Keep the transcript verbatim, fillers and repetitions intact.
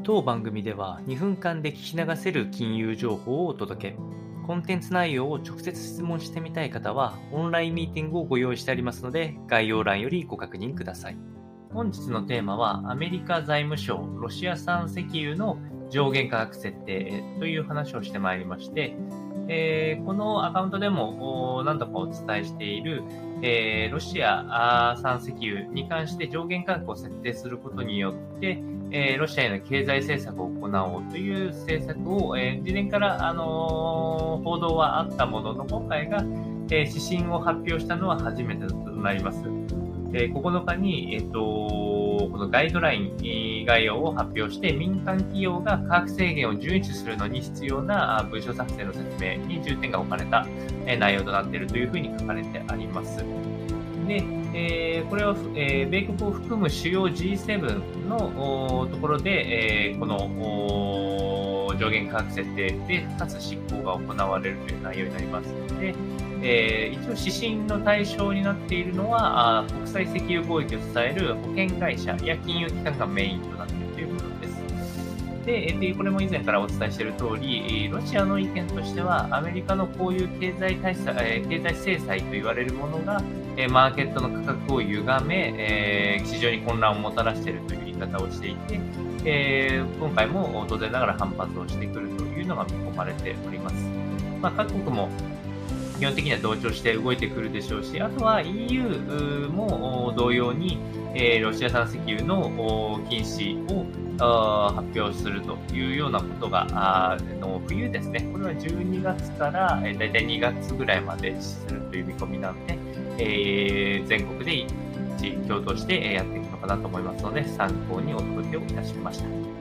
当番組ではにふんかんで聞き流せる金融情報をお届け。コンテンツ内容を直接質問してみたい方はオンラインミーティングをご用意してありますので、概要欄よりご確認ください。本日のテーマはアメリカ財務省ロシア産石油の上限価格設定という話をしてまいりまして、えーこのアカウントでもお何度かお伝えしている、えーロシア産石油に関して上限価格を設定することによって、えーロシアへの経済政策を行おうという政策を、えー事前から、あのー報道はあったものの、今回が、えー指針を発表したのは初めてとなります。えーここのかに、えっとこのガイドライン、えー概要を発表して、民間企業が価格制限を遵守するのに必要なあ文書作成の説明に重点が置かれた、えー内容となっているというふうに書かれてあります。で、えーこれを、えー米国を含む主要 ジーセブン のおところで、えーこのお上限価格設定で、かつ執行が行われるという内容になりますので、えー一応指針の対象になっているのは、あー国際石油貿易を支える保険会社や金融機関がメインとなっているということです。で、えーこれも以前からお伝えしている通り、えーロシアの意見としては、アメリカのこういう経済対策、えー経済制裁と言われるものが、えーマーケットの価格を歪め、えー市場に混乱をもたらしているという言い方をしていて、えー今回も当然ながら反発をしてくるというのが見込まれております。まあ、各国も基本的には同調して動いてくるでしょうし、あとは イーユー も同様に、えーロシア産石油のお禁止をあー発表するというようなことが、あーの冬ですね、これはじゅうにがつから、えー、だいたいにがつぐらいまで実施するという見込みなので、えー全国で一致共闘してえーやっていくのかなと思いますので、参考にお届けをいたしました。